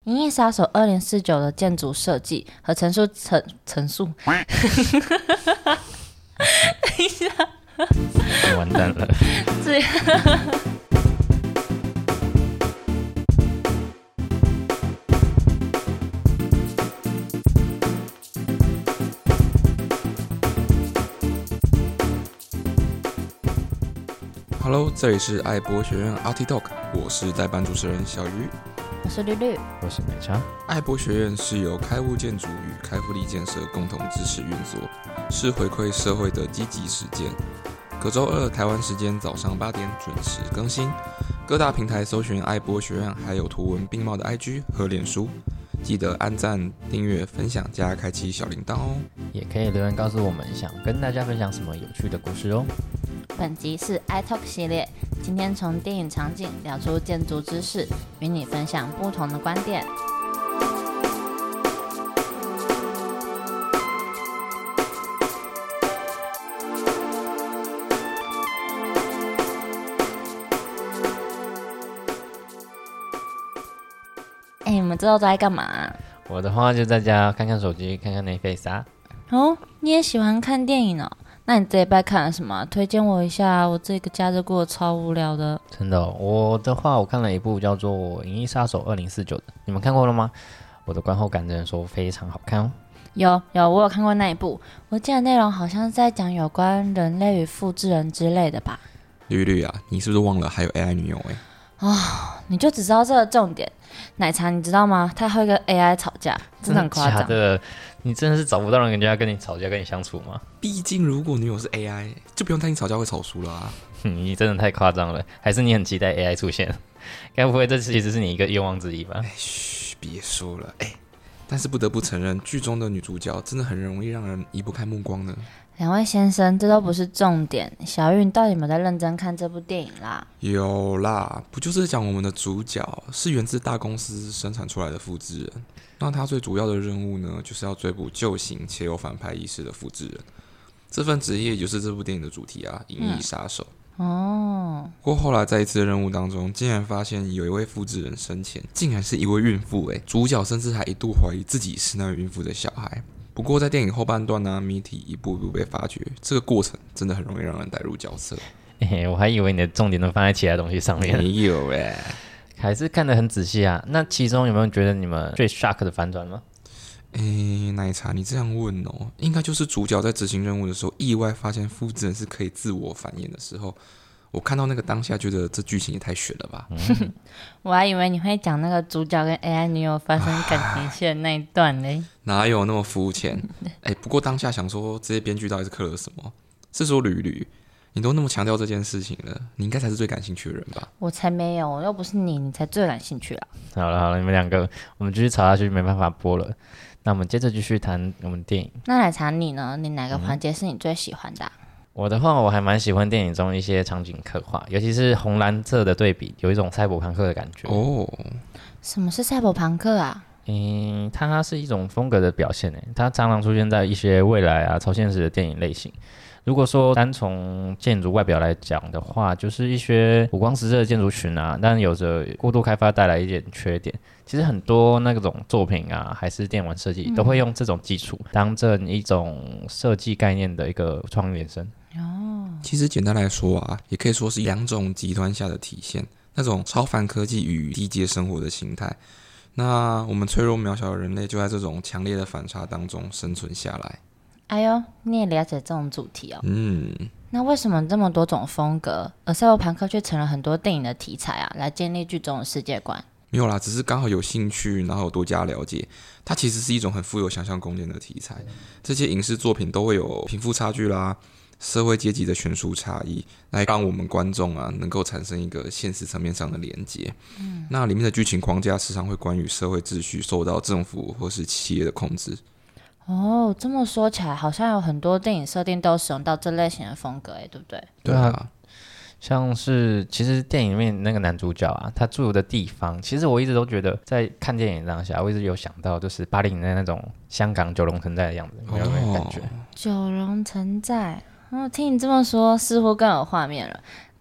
银翼杀手2049》的建筑设计和陈述。等一下， 完蛋了。 Hello， 这里是爱博学院 Arty Talk， 我是代班主持人小鱼， 我是绿绿， 我是美茶。 爱博学院是由开物建筑与开福利建设共同支持运作，是回馈社会的积极实践。隔周二台湾时间早上8点准时更新，各大平台搜寻爱博学院，还有图文并茂的 IG 和脸书，记得按赞、订阅、分享加开启小铃铛哦。 也可以留言告诉我们想跟大家分享什么有趣的故事哦。 本集是 iTalk 系列，今天从电影场景聊出建筑知识，与你分享不同的观点。你们知道都在干嘛啊？ 我的话就在家看看手机，看看 Netflix 啊。 哦，你也喜欢看电影哦？那你这一拜看了什么？推荐我一下，我这个假日过得超无聊的。 真的哦，我的话我看了一部叫做《银翼杀手2049》的，你们看过了吗？我的观后感真的说非常好看哦。 有，我有看过那一部，我记得内容好像是在讲有关人类与复制人之类的吧。 绿绿啊，你是不是忘了还有 AI 女友你就只知道这个重点。奶茶你知道吗？他会跟 AI 吵架，真的很夸张。 假的？你真的是找不到人家跟你吵架跟你相处吗？ 毕竟如果女友是 AI， 就不用担心吵架会吵输了啊。 你真的太夸张了，还是你很期待 AI 出现？该不会这其实是你一个愿望之一吧？ 嘘，别说了，但是不得不承认，剧中的女主角真的很容易让人移不开目光呢。 两位先生，这都不是重点。小玉，你到底有没有在认真看这部电影啦？ 有啦，不就是讲我们的主角是源自大公司生产出来的复制人，那他最主要的任务呢，就是要追捕旧型且有反派意识的复制人。这份职业也就是这部电影的主题啊，银翼杀手。不过后来在一次的任务当中，竟然发现有一位复制人生前竟然是一位孕妇，主角甚至还一度怀疑自己是那位孕妇的小孩。不过在电影后半段呢，谜题一步一步被发掘，这个过程真的很容易让人带入角色。 我还以为你的重点都放在其他东西上面。 没有还是看得很仔细啊。那其中有没有觉得你们最 shock 的反转吗？ 奶茶，你这样问哦，应该就是主角在执行任务的时候，意外发现复制人是可以自我繁衍的时候。我看到那个当下，觉得这剧情也太悬了吧。 我还以为你会讲那个主角跟 AI 女友发生感情线那一段嘞。 哪有那么肤浅？不过当下想说，这些编剧到底是刻了什么？是说吕吕，你都那么强调这件事情了，你应该才是最感兴趣的人吧？ 我才没有，又不是你，你才最感兴趣啦。 好了，你们两个，我们继续吵下去，没办法播了。那我们接着继续谈我们电影。 那奶茶你呢？你哪个环节是你最喜欢的啊？ 我的话，我还蛮喜欢电影中一些场景刻画，尤其是红蓝色的对比，有一种赛博朋克的感觉。 什么是赛博朋克啊？ 它是一种风格的表现，它常常出现在一些未来啊、超现实的电影类型。如果说单从建筑外表来讲的话，就是一些五光十色的建筑群啊，但有着过度开发带来一点缺点。其实很多那种作品啊，还是电玩设计，都会用这种基础当成一种设计概念的一个创意延伸。 其实简单来说啊，也可以说是两种极端下的体现，那种超凡科技与低阶生活的形态。那我们脆弱渺小的人类就在这种强烈的反差当中生存下来。 哎呦，你也了解这种主题哦。那为什么这么多种风格，而赛博朋克却成了很多电影的题材啊，来建立剧中的世界观？ 没有啦，只是刚好有兴趣，然后有多加了解。它其实是一种很富有想象空间的题材。这些影视作品都会有贫富差距啦、社会阶级的悬殊差异，来让我们观众啊能够产生一个现实层面上的连结。那里面的剧情框架时常会关于社会秩序受到政府或是企业的控制。 这么说起来，好像有很多电影设定都使用到这类型的风格，对不对？ 对啊。 像是其实电影里面那个男主角啊，他住的地方，其实我一直都觉得在看电影当下，我一直有想到就是80年代那种香港九龙城寨的样子，有没有感觉？ 九龙城寨，听你这么说，似乎更有画面了。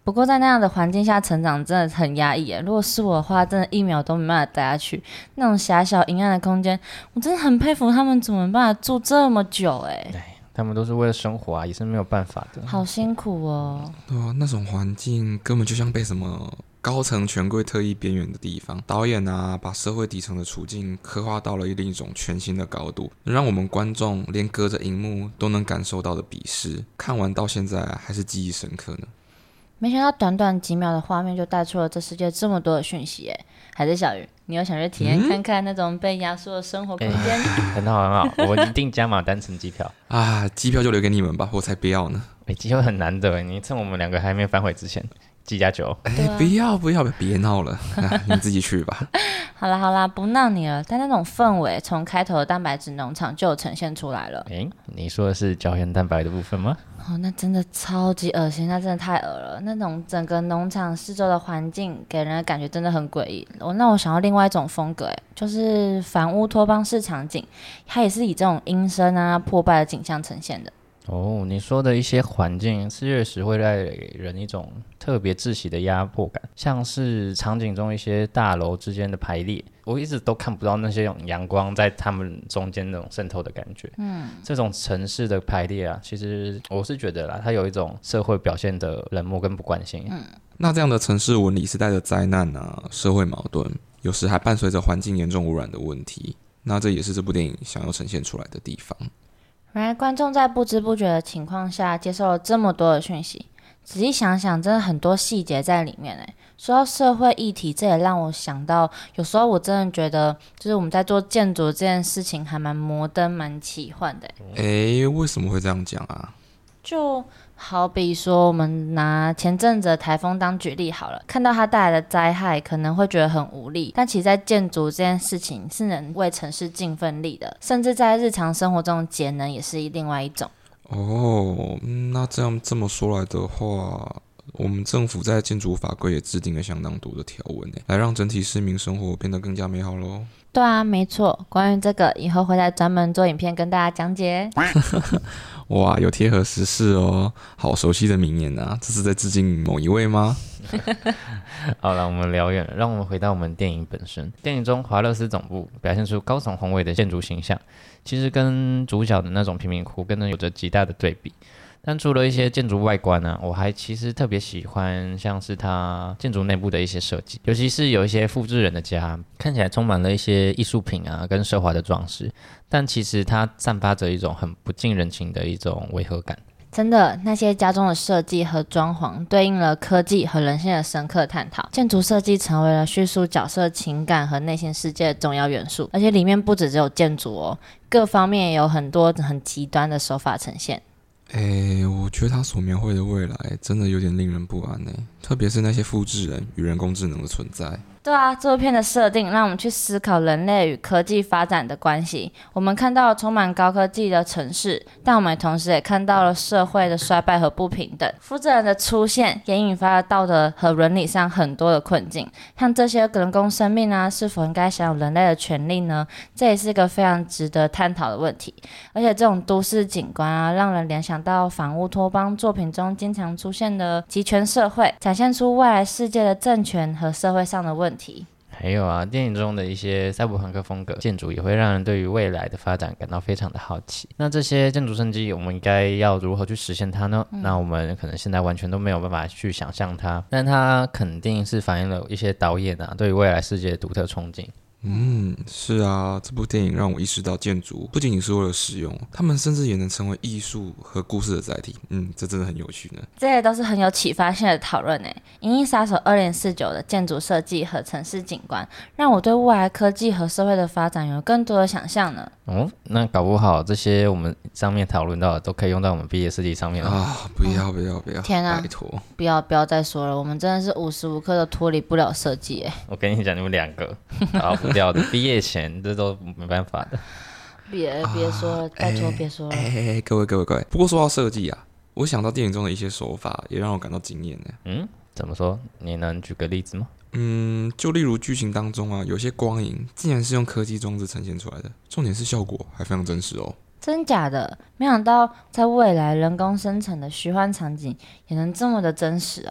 不过在那样的环境下成长真的很压抑耶，如果是我的话，真的一秒都没办法待下去。那种狭小阴暗的空间，我真的很佩服他们怎么办法住这么久哎。 他们都是为了生活啊，也是没有办法的。 好辛苦哦。 对啊，那种环境根本就像被什么高层权贵特意边缘的地方。导演啊，把社会底层的处境刻画到了另一种全新的高度，让我们观众连隔着荧幕都能感受到的鄙视，看完到现在还是记忆深刻呢。 没想到短短几秒的画面就带出了这世界这么多的讯息耶。还是小鱼，你有想去体验看看那种被压缩的生活空间？ 很好很好，我一定加码单程机票啊！机票就留给你们吧，我才不要呢。 机会很难得，你趁我们两个还没反悔之前机加酒。 不要别闹了，你自己去吧。 好啦，不闹你了。但那种氛围从开头的蛋白质农场就有呈现出来了。 你说的是胶原蛋白的部分吗？ 那真的超级恶心，那真的太恶了。那种整个农场四周的环境给人的感觉真的很诡异。那我想要另外一种风格，就是反乌托邦式场景，它也是以这种阴森啊、破败的景象呈现的。 你说的一些环境确实会带给人一种特别窒息的压迫感，像是场景中一些大楼之间的排列，我一直都看不到那些种阳光在他们中间那种渗透的感觉。这种城市的排列啊，其实我是觉得啦，它有一种社会表现的冷漠跟不惯性。 那这样的城市纹理是带着灾难啊、社会矛盾，有时还伴随着环境严重污染的问题。那这也是这部电影想要呈现出来的地方。 原来观众在不知不觉的情况下接受了这么多的讯息，仔细想想真的很多细节在里面耶。说到社会议题，这也让我想到有时候我真的觉得就是我们在做建筑这件事情还蛮摩登蛮奇幻的耶。 为什么会这样讲啊？ 就好比说我们拿前阵子的台风当举例好了，看到它带来的灾害可能会觉得很无力，但其实在建筑这件事情是能为城市尽份力的，甚至在日常生活中节能也是另外一种。 那这么说来的话，我们政府在建筑法规也制定了相当多的条文，来让整体市民生活变得更加美好咯。 对啊，没错，关于这个以后会再专门做影片跟大家讲解。 哇，有贴合时事哦，好熟悉的名言啊，这是在致敬某一位吗？ 好了，我们聊远了，让我们回到我们电影本身。电影中华勒斯总部表现出高耸宏伟的建筑形象，其实跟主角的那种贫民窟跟有着极大的对比。但除了一些建筑外观呢，我还其实特别喜欢像是它建筑内部的一些设计，尤其是有一些复制人的家，看起来充满了一些艺术品啊跟奢华的装饰，但其实它散发着一种很不近人情的一种违和感。 真的，那些家中的设计和装潢对应了科技和人性的深刻探讨。建筑设计成为了叙述角色情感和内心世界的重要元素，而且里面不只有建筑哦，各方面也有很多很极端的手法呈现。 我觉得他所描绘的未来真的有点令人不安特别是那些复制人与人工智能的存在。 对啊，这部片的设定让我们去思考人类与科技发展的关系。我们看到了充满高科技的城市，但我们同时也看到了社会的衰败和不平等。复制人的出现也引发了道德和伦理上很多的困境，像这些人工生命啊，是否应该享有人类的权利呢？这也是一个非常值得探讨的问题。而且这种都市景观啊，让人联想到反乌托邦作品中经常出现的集权社会，展现出未来世界的政权和社会上的问题。 还有啊，电影中的一些赛博朋克风格建筑也会让人对于未来的发展感到非常的好奇。那这些建筑设计我们应该要如何去实现它呢？那我们可能现在完全都没有办法去想象它，但它肯定是反映了一些导演啊对于未来世界的独特憧憬。 是啊，这部电影让我意识到建筑不仅仅是为了实用，他们甚至也能成为艺术和故事的载体。这真的很有趣呢。 这些都是很有启发性的讨论。银翼杀手2049的建筑设计和城市景观，让我对未来科技和社会的发展有更多的想象呢。 那搞不好这些我们上面讨论到的都可以用到我们毕业设计上面啊！不要！ 天啊， 拜托！ 不要再说了，我们真的是无时无刻都脱离不了设计。 我跟你讲，你们两个逃不掉的，毕业前这都没办法的。 别说了，拜托别说了。 各位！不过说到设计啊，我想到电影中的一些手法也让我感到惊艳呢。 怎么说？你能举个例子吗？ 就例如剧情当中啊，有些光影竟然是用科技装置呈现出来的，重点是效果还非常真实哦。 真假的？没想到在未来人工生成的虚幻场景也能这么的真实哦。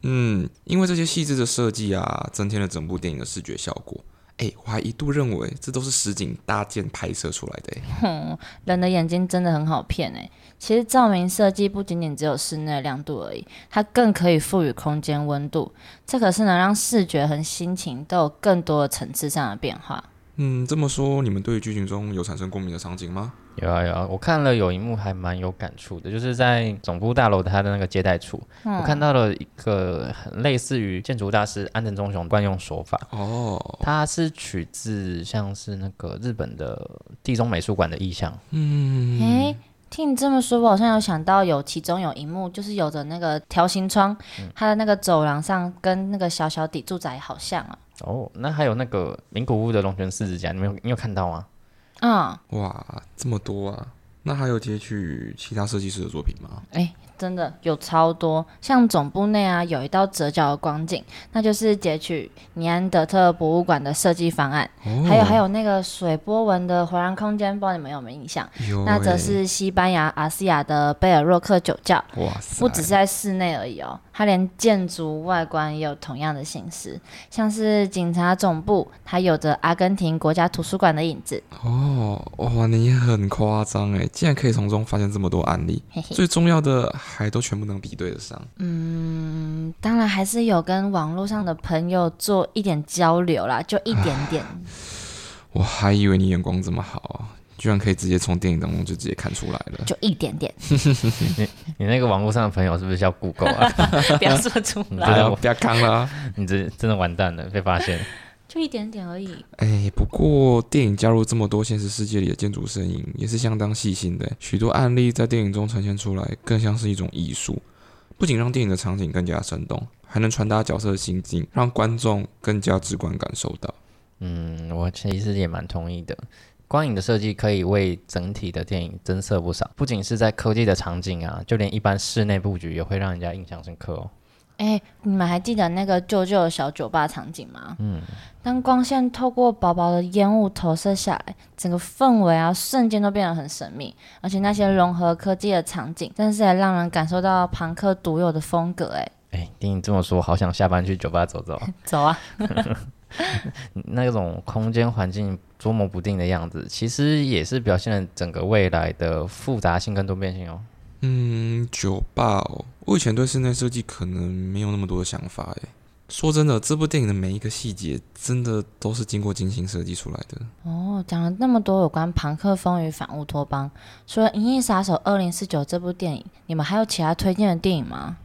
因为这些细致的设计啊，增添了整部电影的视觉效果。我还一度认为这都是实景搭建拍摄出来的。 人的眼睛真的很好骗其实照明设计不仅仅只有室内亮度而已，它更可以赋予空间温度，这可是能让视觉和心情都有更多的层次上的变化。 这么说，你们对于剧情中有产生共鸣的场景吗？ 有啊，我看了有一幕还蛮有感触的，就是在总部大楼它的那个接待处，我看到了一个很类似于建筑大师安藤忠雄惯用手法。它是取自像是那个日本的地中美术馆的意象。 听你这么说，我好像有想到其中有一幕，就是有着那个条形窗，它的那个走廊上跟那个小小底住宅好像啊。 那还有那个名古屋的龙泉四之家，你有看到吗？ 哇，这么多啊！那还有截取其他设计师的作品吗？ 真的有超多，像总部内啊有一道折角的光景，那就是截取尼安德特博物馆的设计方案。还有那个水波纹的回廊空间，不知道你们有没有印象？那则是西班牙阿斯亚的贝尔洛克酒窖。哇塞！不只是在室内而已它连建筑外观也有同样的形式，像是警察总部，它有着阿根廷国家图书馆的影子。 哇，你很夸张竟然可以从中发现这么多案例。最重要的还都全部能比对得上。 当然还是有跟网络上的朋友做一点交流啦，就一点点。 我还以为你眼光这么好居然可以直接从电影当中就直接看出来了， 就一点点。 你那个网络上的朋友是不是叫 Google 啊？ 不要说出来， 不要扛了你真的完蛋了，被发现了。 就一点点而已。 不过电影加入这么多现实世界里的建筑声音，也是相当细心的。许多案例在电影中呈现出来，更像是一种艺术，不仅让电影的场景更加生动，还能传达角色的心境，让观众更加直观感受到。 我其实也蛮同意的。光影的设计可以为整体的电影增色不少，不仅是在科技的场景啊，就连一般室内布局也会让人家印象深刻你们还记得那个旧旧的小酒吧场景吗？当光线透过薄薄的烟雾投射下来，整个氛围啊瞬间都变得很神秘，而且那些融合科技的场景，真是也让人感受到朋克独有的风格听你这么说，好想下班去酒吧走走。 走啊！ 那种空间环境捉摸不定的样子，其实也是表现了整个未来的复杂性跟多变性酒吧我以前对室内设计可能没有那么多的想法说真的，这部电影的每一个细节真的都是经过精心设计出来的。 讲了那么多有关朋克风与反乌托邦，除了《银翼杀手2049》这部电影，你们还有其他推荐的电影吗？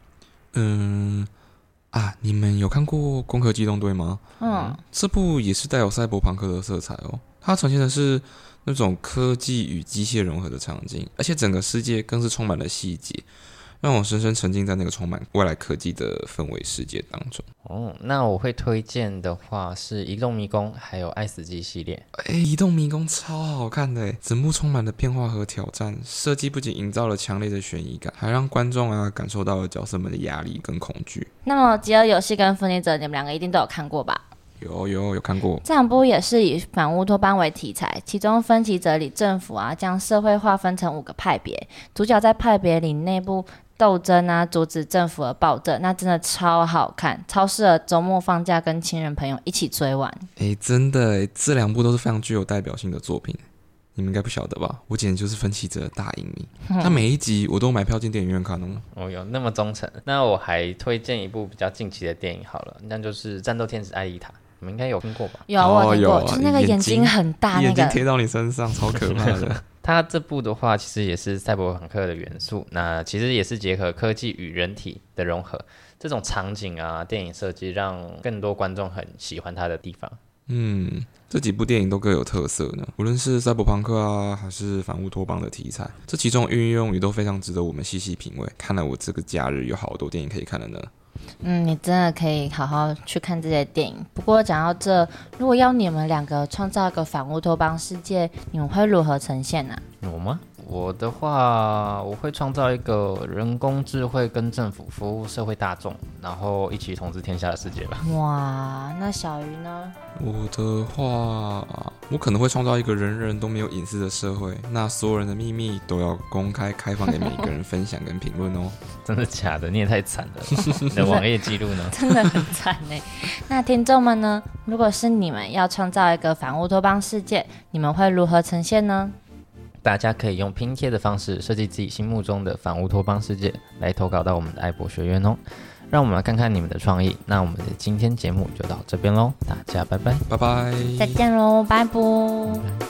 你们有看过《攻壳机动队》吗？这部也是带有赛博朋克的色彩它呈现的是那种科技与机械融合的场景，而且整个世界更是充满了细节，让我深深沉浸在那个充满未来科技的氛围世界当中。 那我会推荐的话是《移动迷宫》还有《爱死机》系列。 移动迷宫超好看的整部充满了变化和挑战，设计不仅营造了强烈的悬疑感，还让观众感受到了角色们的压力跟恐惧。 那么《饥饿游戏》跟《分离者》，你们两个一定都有看过吧？ 有看过。 这两部也是以反乌托邦为题材，其中分歧者里政府将社会划分成5个派别，主角在派别里内部斗争阻止政府的暴政，那真的超好看，超适合周末放假跟亲人朋友一起追玩。 真的这2部都是非常具有代表性的作品，你们应该不晓得吧？我简直就是分歧者的大影迷，那每一集我都买票进电影院看有那么忠诚。那我还推荐一部比较近期的电影好了，那就是《战斗天使艾丽塔》，你们应该有听过吧？ 有我听过，就是那个眼睛很大那个， 眼睛贴到你身上，超可怕的。 它这部的话，其实也是赛博朋克的元素，那其实也是结合科技与人体的融合，这种场景电影设计让更多观众很喜欢它的地方。 这几部电影都各有特色呢，无论是赛博朋克还是反乌托邦的题材，这其中运用也都非常值得我们细细品味。看来我这个假日有好多电影可以看了呢。 你真的可以好好去看这些电影。不过讲到这，如果要你们两个创造一个反乌托邦世界，你们会如何呈现呢？ 我吗？我的话，我会创造一个人工智慧跟政府服务社会大众，然后一起统治天下的世界吧。 哇，那小鱼呢？ 我的话， 我可能会创造一个人人都没有隐私的社会，那所有人的秘密都要公开开放给每一个人分享跟评论哦。 真的假的？你也太惨了吧，你的网页记录呢？ 真的很惨哎。那听众们呢？如果是你们要创造一个反乌托邦世界，你们会如何呈现呢？ 大家可以用拼贴的方式设计自己心目中的反乌托邦世界，来投稿到我们的爱博学院哦。让我们来看看你们的创意。那我们的今天节目就到这边喽，大家拜拜， 拜拜， 再见喽，拜拜。